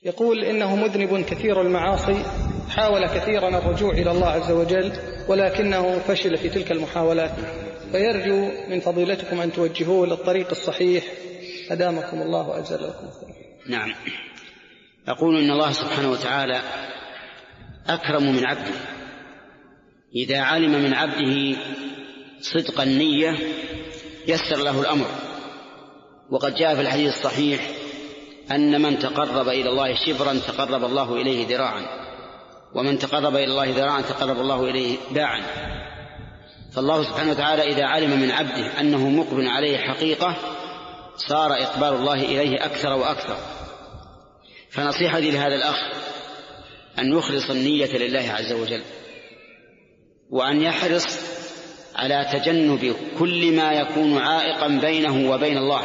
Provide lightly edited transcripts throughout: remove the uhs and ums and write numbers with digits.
يقول إنه مذنب كثير المعاصي، حاول كثيرا الرجوع إلى الله عز وجل ولكنه فشل في تلك المحاولات، فيرجو من فضيلتكم أن توجهوه للطريق الصحيح أدامكم الله وأجزل لكم. نعم، أقول إن الله سبحانه وتعالى أكرم من عبده، إذا علم من عبده صدق النية يسر له الأمر. وقد جاء في الحديث الصحيح أن من تقرب إلى الله شبرا تقرب الله إليه ذراعا، ومن تقرب إلى الله ذراعا تقرب الله إليه باعا. فالله سبحانه وتعالى إذا علم من عبده أنه مقبل عليه حقيقة صار إقبال الله إليه أكثر وأكثر. فنصيحتي لهذا الأخ أن يخلص النية لله عز وجل، وأن يحرص على تجنب كل ما يكون عائقا بينه وبين الله،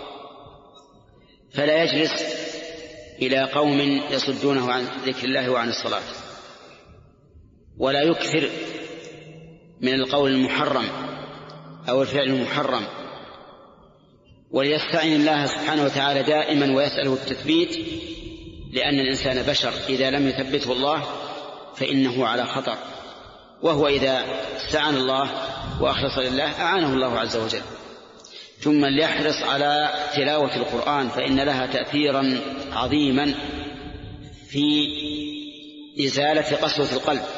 فلا يجلس إلى قوم يصدونه عن ذكر الله وعن الصلاة، ولا يكثر من القول المحرم أو الفعل المحرم، وليستعين الله سبحانه وتعالى دائما ويسأله التثبيت، لأن الإنسان بشر إذا لم يثبته الله فإنه على خطر، وهو إذا استعان الله وأخلص لله أعانه الله عز وجل. ثم ليحرص على تلاوة القرآن، فإن لها تأثيرا عظيما في إزالة قسوة القلب.